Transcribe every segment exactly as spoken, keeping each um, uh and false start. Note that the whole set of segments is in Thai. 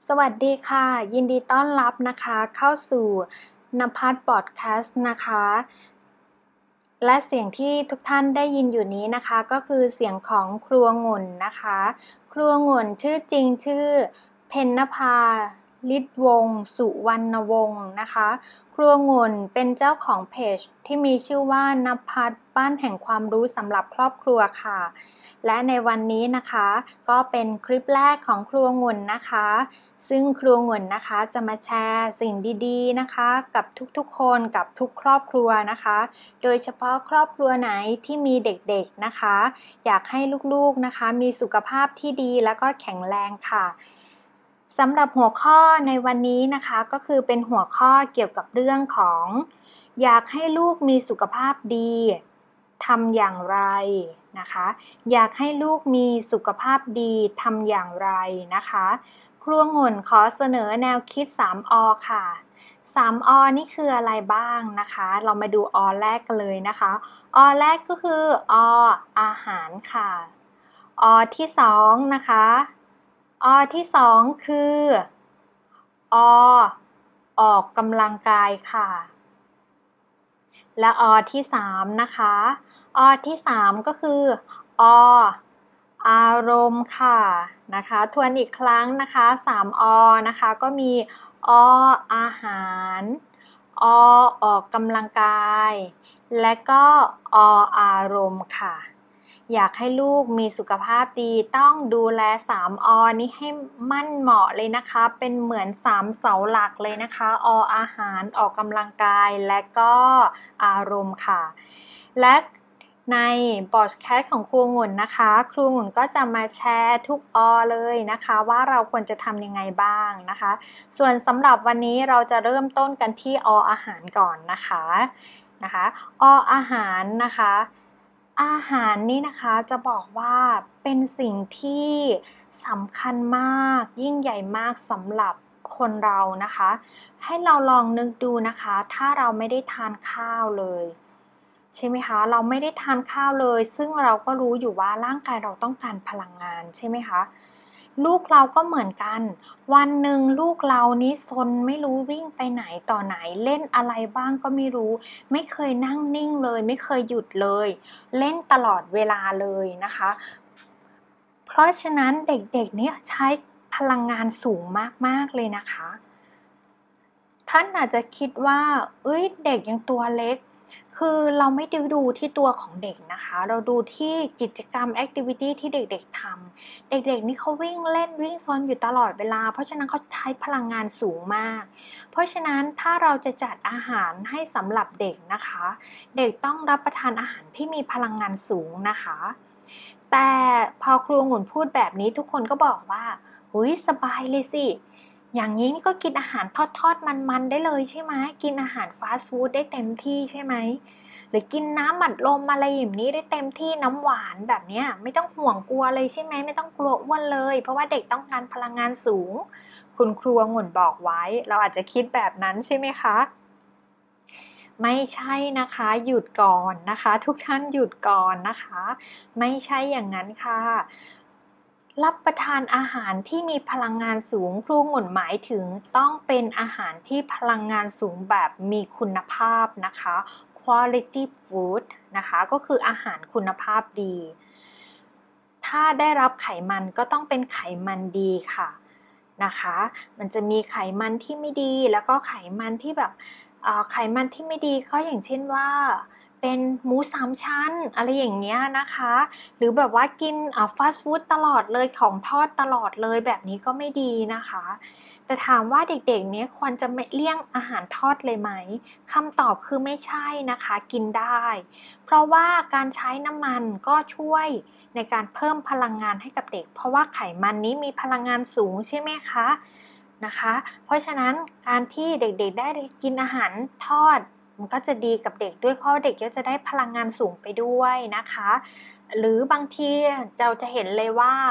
สวัสดีค่ะยินดีต้อนรับนะคะเข้าสู่นภัสพอดแคสต์นะคะและเสียงที่ทุกท่านได้ยินอยู่นี้นะคะก็คือเสียงของครัวงุ่นนะคะครัวงุ่นชื่อจริงชื่อเพ็ญนภาฤทธิ์วงศ์สุวรรณวงศ์นะคะครัวงุ่นเป็นเจ้าของเพจที่มีชื่อว่านภัสบ้านแห่งความรู้สำหรับครอบครัวค่ะและในวันนี้นะคะก็เป็นคลิปแรกของครัวงุ่นนะคะซึ่งครัวงุ่นนะคะจะมาแชร์สิ่งดีๆนะคะกับทุกๆคนกับทุกครอบครัวนะคะโดยเฉพาะครอบครัวไหนที่มีเด็กๆนะคะอยากให้ลูกๆนะคะมีสุขภาพที่ดีแล้วก็แข็งแรงค่ะสำหรับหัวข้อในวันนี้นะคะก็คือเป็นหัวข้อเกี่ยวกับเรื่องของอยากให้ลูกมีสุขภาพดีทำอย่างไรนะคะอยากให้ลูกมีสุขภาพดีทำอย่างไรนะคะครัวงุ่นขอเสนอแนวคิด สาม อ ค่ะ สาม อ นี่คืออะไรบ้างนะคะเรามาดูอแรกกันเลยนะคะอแรกก็คือออาหารค่ะอที่สองนะคะอที่สองคืออออกกำลังกายค่ะและอที่สามนะคะอที่สามก็คือออารมณ์ค่ะนะคะทวนอีกครั้งนะคะสามอนะคะก็มีออาหารอออกกำลังกายและก็ออารมณ์ค่ะอยากให้ลูกมีสุขภาพดีต้องดูแลสามอนี้ให้มั่นเหมาะเลยนะคะเป็นเหมือนสามเสาหลักเลยนะคะออาหารออกกำลังกายและก็อารมณ์ค่ะและในพอดแคสต์ของครูองุ่นนะคะครูองุ่นก็จะมาแชร์ทุกอเลยนะคะว่าเราควรจะทำยังไงบ้างนะคะส่วนสำหรับวันนี้เราจะเริ่มต้นกันที่ออาหารก่อนนะคะนะคะออาหารนะคะอาหารนี่นะคะจะบอกว่าเป็นสิ่งที่สำคัญมากยิ่งใหญ่มากสำหรับคนเรานะคะให้เราลองนึกดูนะคะถ้าเราไม่ได้ทานข้าวเลยใช่ไหมคะเราไม่ได้ทานข้าวเลยซึ่งเราก็รู้อยู่ว่าร่างกายเราต้องการพลังงานใช่ไหมคะลูกเราก็เหมือนกันวันหนึ่งลูกเรานี้ซนไม่รู้วิ่งไปไหนต่อไหนเล่นอะไรบ้างก็ไม่รู้ไม่เคยนั่งนิ่งเลยไม่เคยหยุดเลยเล่นตลอดเวลาเลยนะคะเพราะฉะนั้นเด็กๆเนี่ยใช้พลังงานสูงมากๆเลยนะคะท่านอาจจะคิดว่าเอ้ยเด็กยังตัวเล็กคือเราไม่ได้ดูที่ตัวของเด็กนะคะเราดูที่กิจกรรมแอคทิวิตี้ที่เด็กๆทำเด็กๆนี่เขาวิ่งเล่นวิ่งซนอยู่ตลอดเวลาเพราะฉะนั้นเขาใช้พลังงานสูงมากเพราะฉะนั้นถ้าเราจะจัดอาหารให้สำหรับเด็กนะคะเด็กต้องรับประทานอาหารที่มีพลังงานสูงนะคะแต่พอครูองุ่นพูดแบบนี้ทุกคนก็บอกว่าอุ๊ยสบายเลยสิอย่างนี้นี่ก็กินอาหารทอดๆมันๆได้เลยใช่ไหมกินอาหารฟาสต์ฟู้ดได้เต็มที่ใช่ไหมหรือกินน้ำอัดลมอะไรอย่างนี้ได้เต็มที่น้ำหวานแบบเนี้ยไม่ต้องห่วงกลัวเลยใช่ไหมไม่ต้องกลัวอ้วนเลยเพราะว่าเด็กต้องการพลังงานสูงคุณครูองุ่นบอกไว้เราอาจจะคิดแบบนั้นใช่ไหมคะไม่ใช่นะคะหยุดก่อนนะคะทุกท่านหยุดก่อนนะคะไม่ใช่อย่างนั้นค่ะรับประทานอาหารที่มีพลังงานสูงครูองุ่นหมายถึงต้องเป็นอาหารที่พลังงานสูงแบบมีคุณภาพนะคะ quality food นะคะก็คืออาหารคุณภาพดีถ้าได้รับไขมันก็ต้องเป็นไขมันดีค่ะนะคะมันจะมีไขมันที่ไม่ดีแล้วก็ไขมันที่แบบไขมันที่ไม่ดีก็อย่างเช่นว่าเป็นหมูสามชั้นอะไรอย่างเงี้ยนะคะหรือแบบว่ากินฟาสต์ฟู้ดตลอดเลยของทอดตลอดเลยแบบนี้ก็ไม่ดีนะคะแต่ถามว่าเด็กๆเนี่ยควรจะเลี่ยงอาหารทอดเลยไหมคำตอบคือไม่ใช่นะคะกินได้เพราะว่าการใช้น้ำมันก็ช่วยในการเพิ่มพลังงานให้กับเด็กเพราะว่าไขมันนี้มีพลังงานสูงใช่ไหมคะนะคะเพราะฉะนั้นการที่เด็กๆได้กินอาหารทอดมันก็จะดีกับเด็กด้วยเพราะเด็กก็จะได้พลังงานสูงไปด้วยนะคะหรือบางทีเราจะเห็นเลยว่า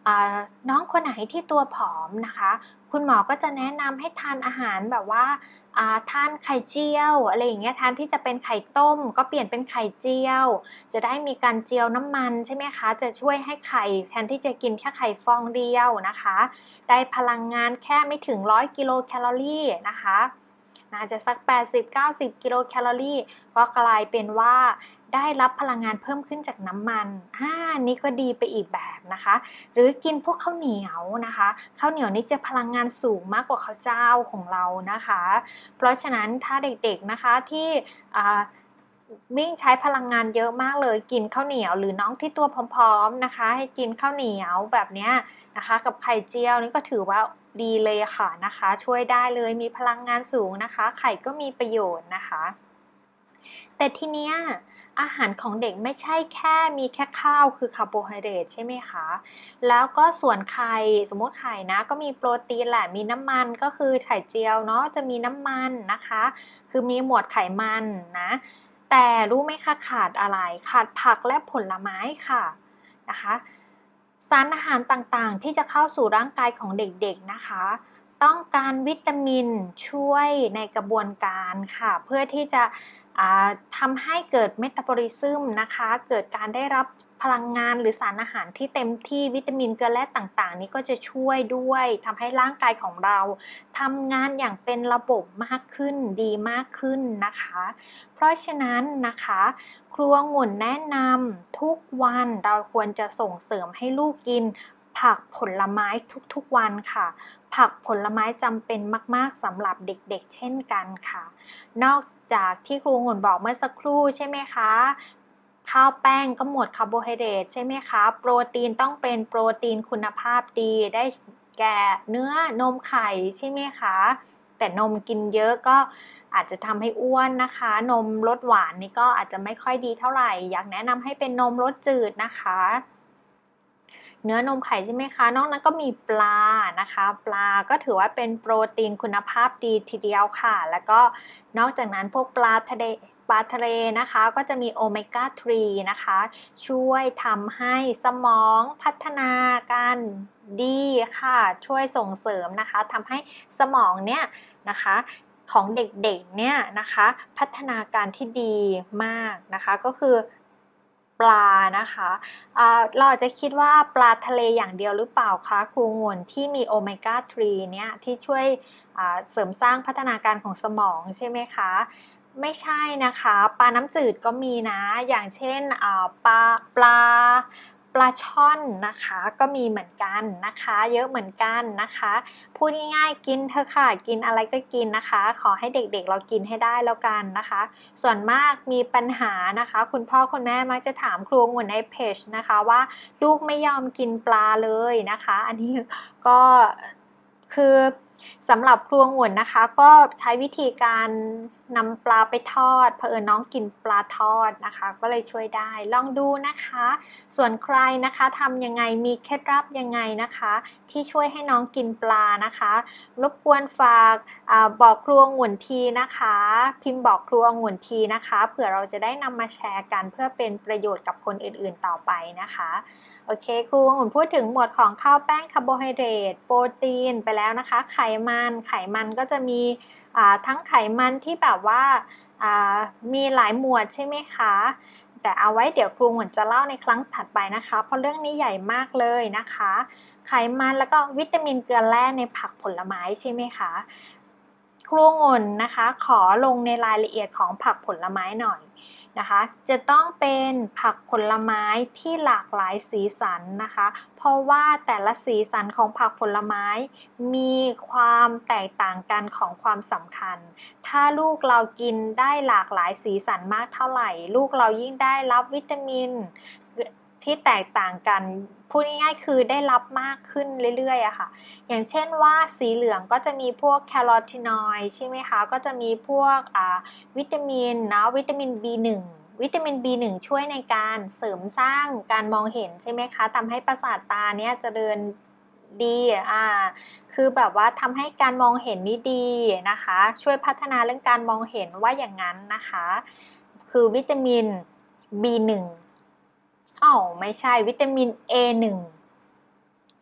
น้องคนไหนที่ตัวผอมนะคะคุณหมอก็จะแนะนำให้ทานอาหารแบบว่าทานไข่เจียวอะไรอย่างเงี้ยทานที่จะเป็นไข่ต้มก็เปลี่ยนเป็นไข่เจียวจะได้มีการเจียวน้ำมันใช่ไหมคะจะช่วยให้ไข่แทนที่จะกินแค่ไข่ฟองเดียวนะคะได้พลังงานแค่ไม่ถึงร้อยกิโลแคลอรี่นะคะน่าจะสัก แปดสิบถึงเก้าสิบ กิโลแคลอรี่ก็กลายเป็นว่าได้รับพลังงานเพิ่มขึ้นจากน้ำมันอ่านี่ก็ดีไปอีกแบบนะคะหรือกินพวกข้าวเหนียวนะคะข้าวเหนียวนี่จะพลังงานสูงมากกว่าข้าวเจ้าของเรานะคะเพราะฉะนั้นถ้าเด็กๆนะคะที่วิ่งใช้พลังงานเยอะมากเลยกินข้าวเหนียวหรือน้องที่ตัวผอมๆนะคะให้กินข้าวเหนียวแบบนี้นะคะกับไข่เจียวนี่ก็ถือว่าดีเลยค่ะนะคะช่วยได้เลยมีพลังงานสูงนะคะไข่ก็มีประโยชน์นะคะแต่ทีเนี้ยอาหารของเด็กไม่ใช่แค่มีแค่ข้าวคือคาร์โบไฮเดรตใช่ไหมคะแล้วก็ส่วนไข่สมมติไข่นะก็มีโปรตีนแหละมีน้ำมันก็คือไข่เจียวเนาะจะมีน้ำมันนะคะคือมีหมวดไขมันนะแต่รู้ไหมคะขาดอะไรขาดผักและผลไม้ค่ะนะคะสารอาหารต่างๆที่จะเข้าสู่ร่างกายของเด็กๆนะคะต้องการวิตามินช่วยในกระบวนการค่ะเพื่อที่จะทำให้เกิดเมตาบอลิซึมนะคะเกิดการได้รับพลังงานหรือสารอาหารที่เต็มที่วิตามินเกลือแร่ต่างๆนี้ก็จะช่วยด้วยทำให้ร่างกายของเราทำงานอย่างเป็นระบบมากขึ้นดีมากขึ้นนะคะเพราะฉะนั้นนะคะครัวองุ่นแนะนำทุกวันเราควรจะส่งเสริมให้ลูกกินผักผลไม้ทุกๆวันค่ะผักผลไม้จำเป็นมากๆสำหรับเด็กๆเช่นกันค่ะนอกจากที่ครูองุ่นบอกเมื่อสักครู่ใช่ไหมคะข้าวแป้งก็หมดคาร์โบไฮเดรตใช่ไหมคะโปรตีนต้องเป็นโปรตีนคุณภาพดีได้แก่เนื้อนมไข่ใช่ไหมคะแต่นมกินเยอะก็อาจจะทำให้อ้วนนะคะนมรสหวานนี่ก็อาจจะไม่ค่อยดีเท่าไหร่อยากแนะนำให้เป็นนมรสจืดนะคะเนื้อนมไข่ใช่ไหมคะนอกนั้นก็มีปลานะคะปลาก็ถือว่าเป็นโปรตีนคุณภาพดีทีเดียวค่ะแล้วก็นอกจากนั้นพวกปลาทะเลปลาทะเลนะคะก็จะมีโอเมก้าสามนะคะช่วยทำให้สมองพัฒนาการดีค่ะช่วยส่งเสริมนะคะทำให้สมองเนี่ยนะคะของเด็กๆเนี่ยนะคะพัฒนาการที่ดีมากนะคะก็คือปลานะคะเราอาจจะคิดว่าปลาทะเลอย่างเดียวหรือเปล่าคะครูองุ่นที่มีโอเมก้าสามเนี่ยที่ช่วยเสริมสร้างพัฒนาการของสมองใช่ไหมคะไม่ใช่นะคะปลาน้ำจืดก็มีนะอย่างเช่นปลาปลาปลาช่อนนะคะก็มีเหมือนกันนะคะเยอะเหมือนกันนะคะพูดง่ายๆกินเถอะค่ะกินอะไรก็กินนะคะขอให้เด็กๆเรากินให้ได้แล้วกันนะคะส่วนมากมีปัญหานะคะคุณพ่อคุณแม่มักจะถามครูองุ่นในเพจนะคะว่าลูกไม่ยอมกินปลาเลยนะคะอันนี้ก็คือสำหรับครัวองุ่นนะคะก็ใช้วิธีการนำปลาไปทอดเผอิญน้องกินปลาทอดนะคะก็เลยช่วยได้ลองดูนะคะส่วนใครนะคะทำยังไงมีเคล็ดลับยังไงนะคะที่ช่วยให้น้องกินปลานะคะรบกวนฝากบอกครัวองุ่นทีนะคะพิมพ์บอกครัวองุ่นทีนะคะเผื่อเราจะได้นำมาแชร์กันเพื่อเป็นประโยชน์กับคนอื่นๆต่อไปนะคะโอเคครูองุ่นพูดถึงหมวดของข้าวแป้งคาร์โบไฮเดรตโปรตีนไปแล้วนะคะไขมันไขมันก็จะมีทั้งไขมันที่แบบว่ามีหลายหมวดใช่ไหมคะแต่เอาไว้เดี๋ยวครูองุ่นจะเล่าในครั้งถัดไปนะคะเพราะเรื่องนี้ใหญ่มากเลยนะคะไขมันแล้วก็วิตามินเกลือแร่ในผักผลไม้ใช่ไหมคะครูองุ่นนะคะขอลงในรายละเอียดของผักผลไม้หน่อยนะคะจะต้องเป็นผักผลไม้ที่หลากหลายสีสันนะคะเพราะว่าแต่ละสีสันของผักผลไม้มีความแตกต่างกันของความสำคัญถ้าลูกเรากินได้หลากหลายสีสันมากเท่าไหร่ลูกเรายิ่งได้รับวิตามินที่แตกต่างกันพูดง่ายๆคือได้รับมากขึ้นเรื่อยๆอะค่ะอย่างเช่นว่าสีเหลืองก็จะมีพวกแคโรทีนอยด์ใช่ไหมคะก็จะมีพวกวิตามินนะวิตามิน บี หนึ่ง วิตามิน บี หนึ่ง ช่วยในการเสริมสร้างการมองเห็นใช่ไหมคะทำให้ประสาทตาเนี่ยเจริญดีอ่าคือแบบว่าทำให้การมองเห็นนี่ดีนะคะช่วยพัฒนาเรื่องการมองเห็นว่าอย่างนั้นนะคะคือวิตามิน บี หนึ่ง อ้าวไม่ใช่วิตามิน เอ หนึ่ง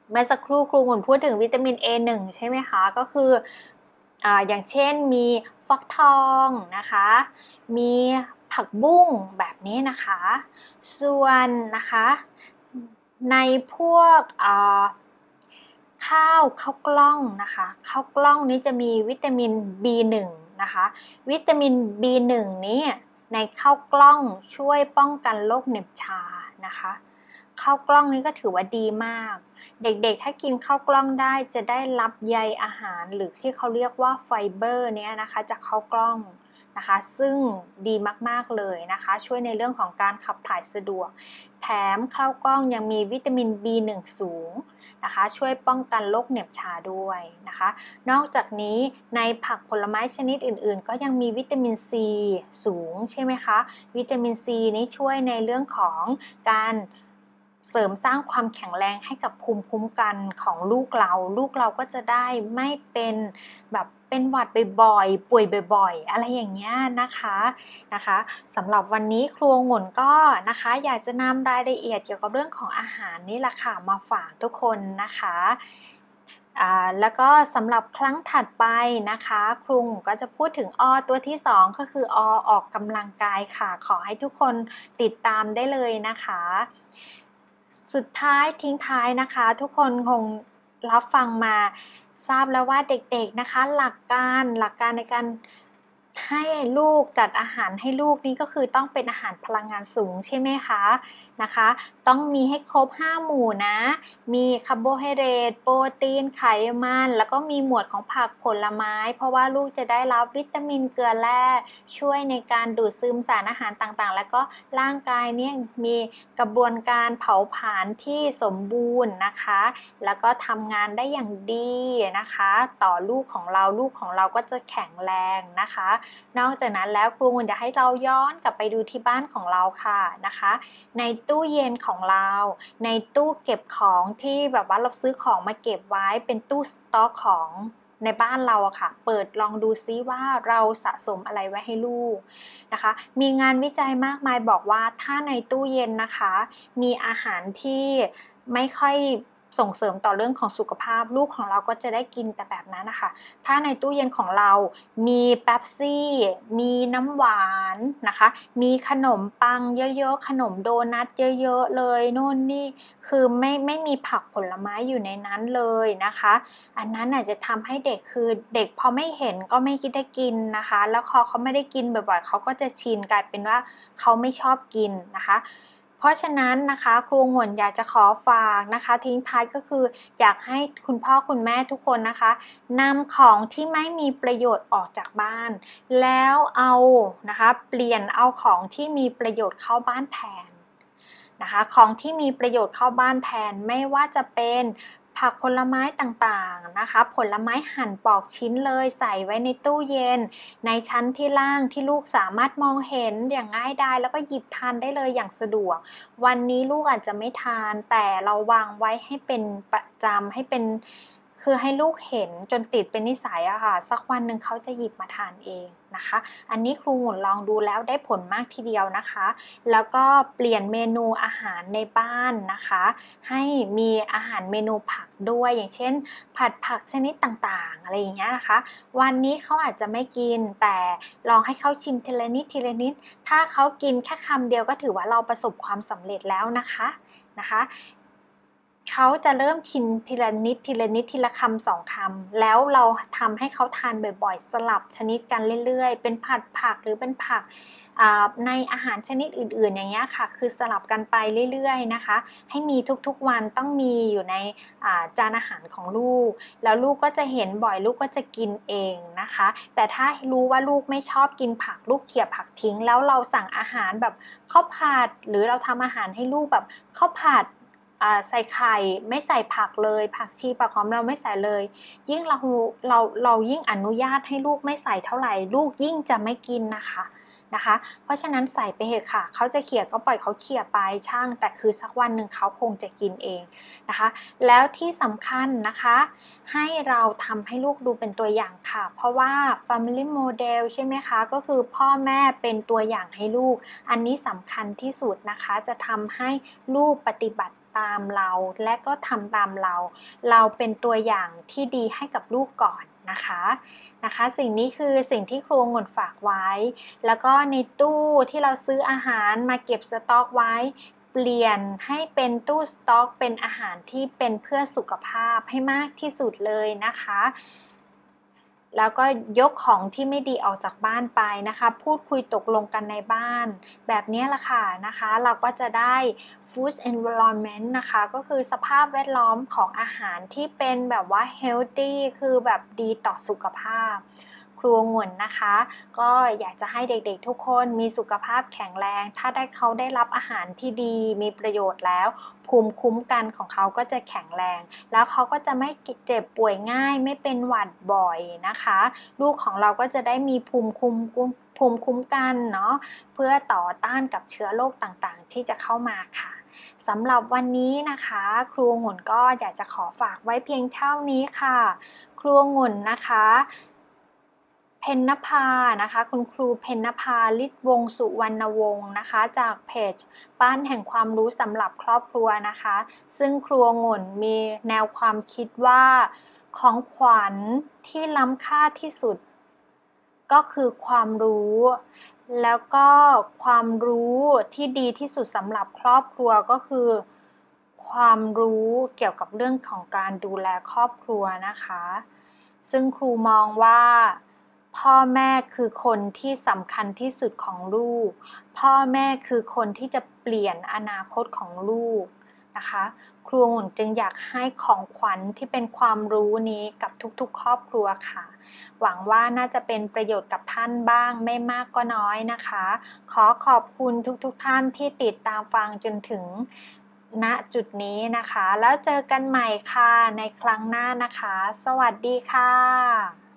เมื่อสักครู่ครูหมุนพูดถึงวิตามิน เอ หนึ่ง ใช่ไหมคะก็คืออ่าอย่างเช่นมีฟักทองนะคะมีผักบุ้งแบบนี้นะคะส่วนนะคะในพวกข้าวข้าวกล้องนะคะข้าวกล้องนี้จะมีวิตามิน บี หนึ่ง นะคะวิตามิน บี หนึ่ง นี้ในข้าวกล้องช่วยป้องกันโรคเหน็บชานะคะข้าวกล้องนี้ก็ถือว่าดีมากเด็กๆถ้ากินข้าวกล้องได้จะได้รับใยอาหารหรือที่เขาเรียกว่าไฟเบอร์เนี่ยนะคะจากข้าวกล้องนะคะซึ่งดีมากๆเลยนะคะช่วยในเรื่องของการขับถ่ายสะดวกแถมข้าวกล้องยังมีวิตามิน บี หนึ่ง สูงนะคะช่วยป้องกันโรคเหน็บชาด้วยนะคะนอกจากนี้ในผักผลไม้ชนิดอื่นๆก็ยังมีวิตามินซีสูงใช่ไหมคะวิตามินซีนี้ช่วยในเรื่องของการเสริมสร้างความแข็งแรงให้กับภูมิคุ้มกันของลูกเราลูกเราก็จะได้ไม่เป็นแบบเป็นหวัดบ่อยๆป่วยบ่อยๆอะไรอย่างเงี้ยนะคะนะคะสำหรับวันนี้ครัวหงุ่นก็นะคะอยากจะนำรายละเอียดเกี่ยวกับเรื่องของอาหารนี่แหละค่ะมาฝากทุกคนนะคะแล้วก็สำหรับครั้งถัดไปนะคะครูก็จะพูดถึงอตัวที่สองก็คืออออกกำลังกายค่ะขอให้ทุกคนติดตามได้เลยนะคะสุดท้ายทิ้งท้ายนะคะทุกคนคงรับฟังมาทราบแล้วว่าเด็กๆนะคะหลักการหลักการในการให้ลูกจัดอาหารให้ลูกนี่ก็คือต้องเป็นอาหารพลังงานสูงใช่ไหมคะนะคะต้องมีให้ครบห้าหมู่นะมีคาร์โบไฮเดรตโปรตีนไขมันแล้วก็มีหมวดของผักผลไม้เพราะว่าลูกจะได้รับวิตามินเกลือแร่ช่วยในการดูดซึมสารอาหารต่างๆแล้วก็ร่างกายเนี่ยมีกระบวนการเผาผลาญที่สมบูรณ์นะคะแล้วก็ทำงานได้อย่างดีนะคะต่อลูกของเราลูกของเราก็จะแข็งแรงนะคะนอกจากนั้นแล้วครูมุนจะให้เราย้อนกลับไปดูที่บ้านของเราค่ะนะคะในตู้เย็นของเราในตู้เก็บของที่แบบว่าเราซื้อของมาเก็บไว้เป็นตู้สต็อกของในบ้านเราอะค่ะเปิดลองดูซิว่าเราสะสมอะไรไว้ให้ลูกนะคะมีงานวิจัยมากมายบอกว่าถ้าในตู้เย็นนะคะมีอาหารที่ไม่ค่อยส่งเสริมต่อเรื่องของสุขภาพลูกของเราก็จะได้กินแต่แบบนั้นนะคะถ้าในตู้เย็นของเรามีเป๊ปซี่มีน้ำหวานนะคะมีขนมปังเยอะๆขนมโดนัทเยอะๆเลยโน่นนี่คือไม่ไม่มีผักผลไม้อยู่ในนั้นเลยนะคะอันนั้นอาจจะทำให้เด็กคือเด็กพอไม่เห็นก็ไม่ได้กินนะคะแล้วพอเขาไม่ได้กินบ่อยๆเขาก็จะชินกลายเป็นว่าเขาไม่ชอบกินนะคะเพราะฉะนั้นนะคะครูหงวนอยากจะขอฝากนะคะทิ้งท้ายก็คืออยากให้คุณพ่อคุณแม่ทุกคนนะคะนำของที่ไม่มีประโยชน์ออกจากบ้านแล้วเอานะคะเปลี่ยนเอาของที่มีประโยชน์เข้าบ้านแทนนะคะของที่มีประโยชน์เข้าบ้านแทนไม่ว่าจะเป็นผักผลไม้ต่างๆนะคะผลไม้หั่นปอกชิ้นเลยใส่ไว้ในตู้เย็นในชั้นที่ล่างที่ลูกสามารถมองเห็นอย่างง่ายดายแล้วก็หยิบทานได้เลยอย่างสะดวกวันนี้ลูกอาจจะไม่ทานแต่เราวางไว้ให้เป็นประจำให้เป็นคือให้ลูกเห็นจนติดเป็นนิสัยอะค่ะสักวันหนึ่งเขาจะหยิบมาทานเองนะคะอันนี้ครูหมุนลองดูแล้วได้ผลมากทีเดียวนะคะแล้วก็เปลี่ยนเมนูอาหารในบ้านนะคะให้มีอาหารเมนูผักด้วยอย่างเช่นผัดผักชนิดต่างๆอะไรอย่างเงี้ยนะคะวันนี้เขาอาจจะไม่กินแต่ลองให้เขาชิมทีละนิดทีละนิดถ้าเขากินแค่คำเดียวก็ถือว่าเราประสบความสำเร็จแล้วนะคะนะคะเขาจะเริ่มกินทีละนิดทีละนิดทีละคำสองคำแล้วเราทำให้เขาทานบ่อยๆสลับชนิดกันเรื่อยๆเป็นผัดผักหรือเป็นผักในอาหารชนิดอื่นๆอย่างเงี้ยค่ะคือสลับกันไปเรื่อยๆนะคะให้มีทุกๆวันต้องมีอยู่ในจานอาหารของลูกแล้วลูกก็จะเห็นบ่อยลูกก็จะกินเองนะคะแต่ถ้ารู้ว่าลูกไม่ชอบกินผักลูกเขี่ยผักทิ้งแล้วเราสั่งอาหารแบบข้าวผัดหรือเราทำอาหารให้ลูกแบบข้าวผัดใส่ไข่ไม่ใส่ผักเลยผักชีผักหอมเราไม่ใส่เลยยิ่งเราเราเรายิ่งอนุญาตให้ลูกไม่ใส่เท่าไหร่ลูกยิ่งจะไม่กินนะคะนะคะเพราะฉะนั้นใส่ไปเถอะค่ะเขาจะเขี่ยก็ปล่อยเขาเขี่ยไปช่างแต่คือสักวันหนึ่งเขาคงจะกินเองนะคะแล้วที่สำคัญนะคะให้เราทำให้ลูกดูเป็นตัวอย่างค่ะเพราะว่า family model ใช่ไหมคะก็คือพ่อแม่เป็นตัวอย่างให้ลูกอันนี้สำคัญที่สุดนะคะจะทำให้ลูกปฏิบัติตามเราและก็ทำตามเราเราเป็นตัวอย่างที่ดีให้กับลูกก่อนนะคะนะคะสิ่งนี้คือสิ่งที่ครูองุ่นฝากไว้แล้วก็ในตู้ที่เราซื้ออาหารมาเก็บสต็อกไว้เปลี่ยนให้เป็นตู้สต็อกเป็นอาหารที่เป็นเพื่อสุขภาพให้มากที่สุดเลยนะคะแล้วก็ยกของที่ไม่ดีออกจากบ้านไปนะคะพูดคุยตกลงกันในบ้านแบบนี้ละค่ะนะคะเราก็จะได้ food environment นะคะก็คือสภาพแวดล้อมของอาหารที่เป็นแบบว่า healthy คือแบบดีต่อสุขภาพครูองุ่นนะคะก็อยากจะให้เด็กๆทุกคนมีสุขภาพแข็งแรงถ้าได้เขาได้รับอาหารที่ดีมีประโยชน์แล้วภูมิคุ้มกันของเขาก็จะแข็งแรงแล้วเขาก็จะไม่เจ็บป่วยง่ายไม่เป็นหวัดบ่อยนะคะลูกของเราก็จะได้มีภูมิคุ้มภูมิคุ้มกันเนาะเพื่อต่อต้านกับเชื้อโรคต่างๆที่จะเข้ามาค่ะสำหรับวันนี้นะคะครูองุ่นก็อยากจะขอฝากไว้เพียงเท่านี้ค่ะครูองุ่นนะคะเพ็ญนภานะคะคุณครูเพ็ญนภาฤทธิ์วงศ์สุวรรณวงศ์นะคะจากเพจบ้านแห่งความรู้สำหรับครอบครัวนะคะซึ่งครูองุ่นมีแนวความคิดว่าของขวัญที่ล้ำค่าที่สุดก็คือความรู้แล้วก็ความรู้ที่ดีที่สุดสำหรับครอบครัวก็คือความรู้เกี่ยวกับเรื่องของการดูแลครอบครัวนะคะซึ่งครูมองว่าพ่อแม่คือคนที่สำคัญที่สุดของลูกพ่อแม่คือคนที่จะเปลี่ยนอนาคตของลูกนะคะครูองุ่นจึงอยากให้ของขวัญที่เป็นความรู้นี้กับทุกๆครอบครัวค่ะหวังว่าน่าจะเป็นประโยชน์กับท่านบ้างไม่มากก็น้อยนะคะขอขอบคุณทุกๆท่านที่ติดตามฟังจนถึงณจุดนี้นะคะแล้วเจอกันใหม่ค่ะในครั้งหน้านะคะสวัสดีค่ะ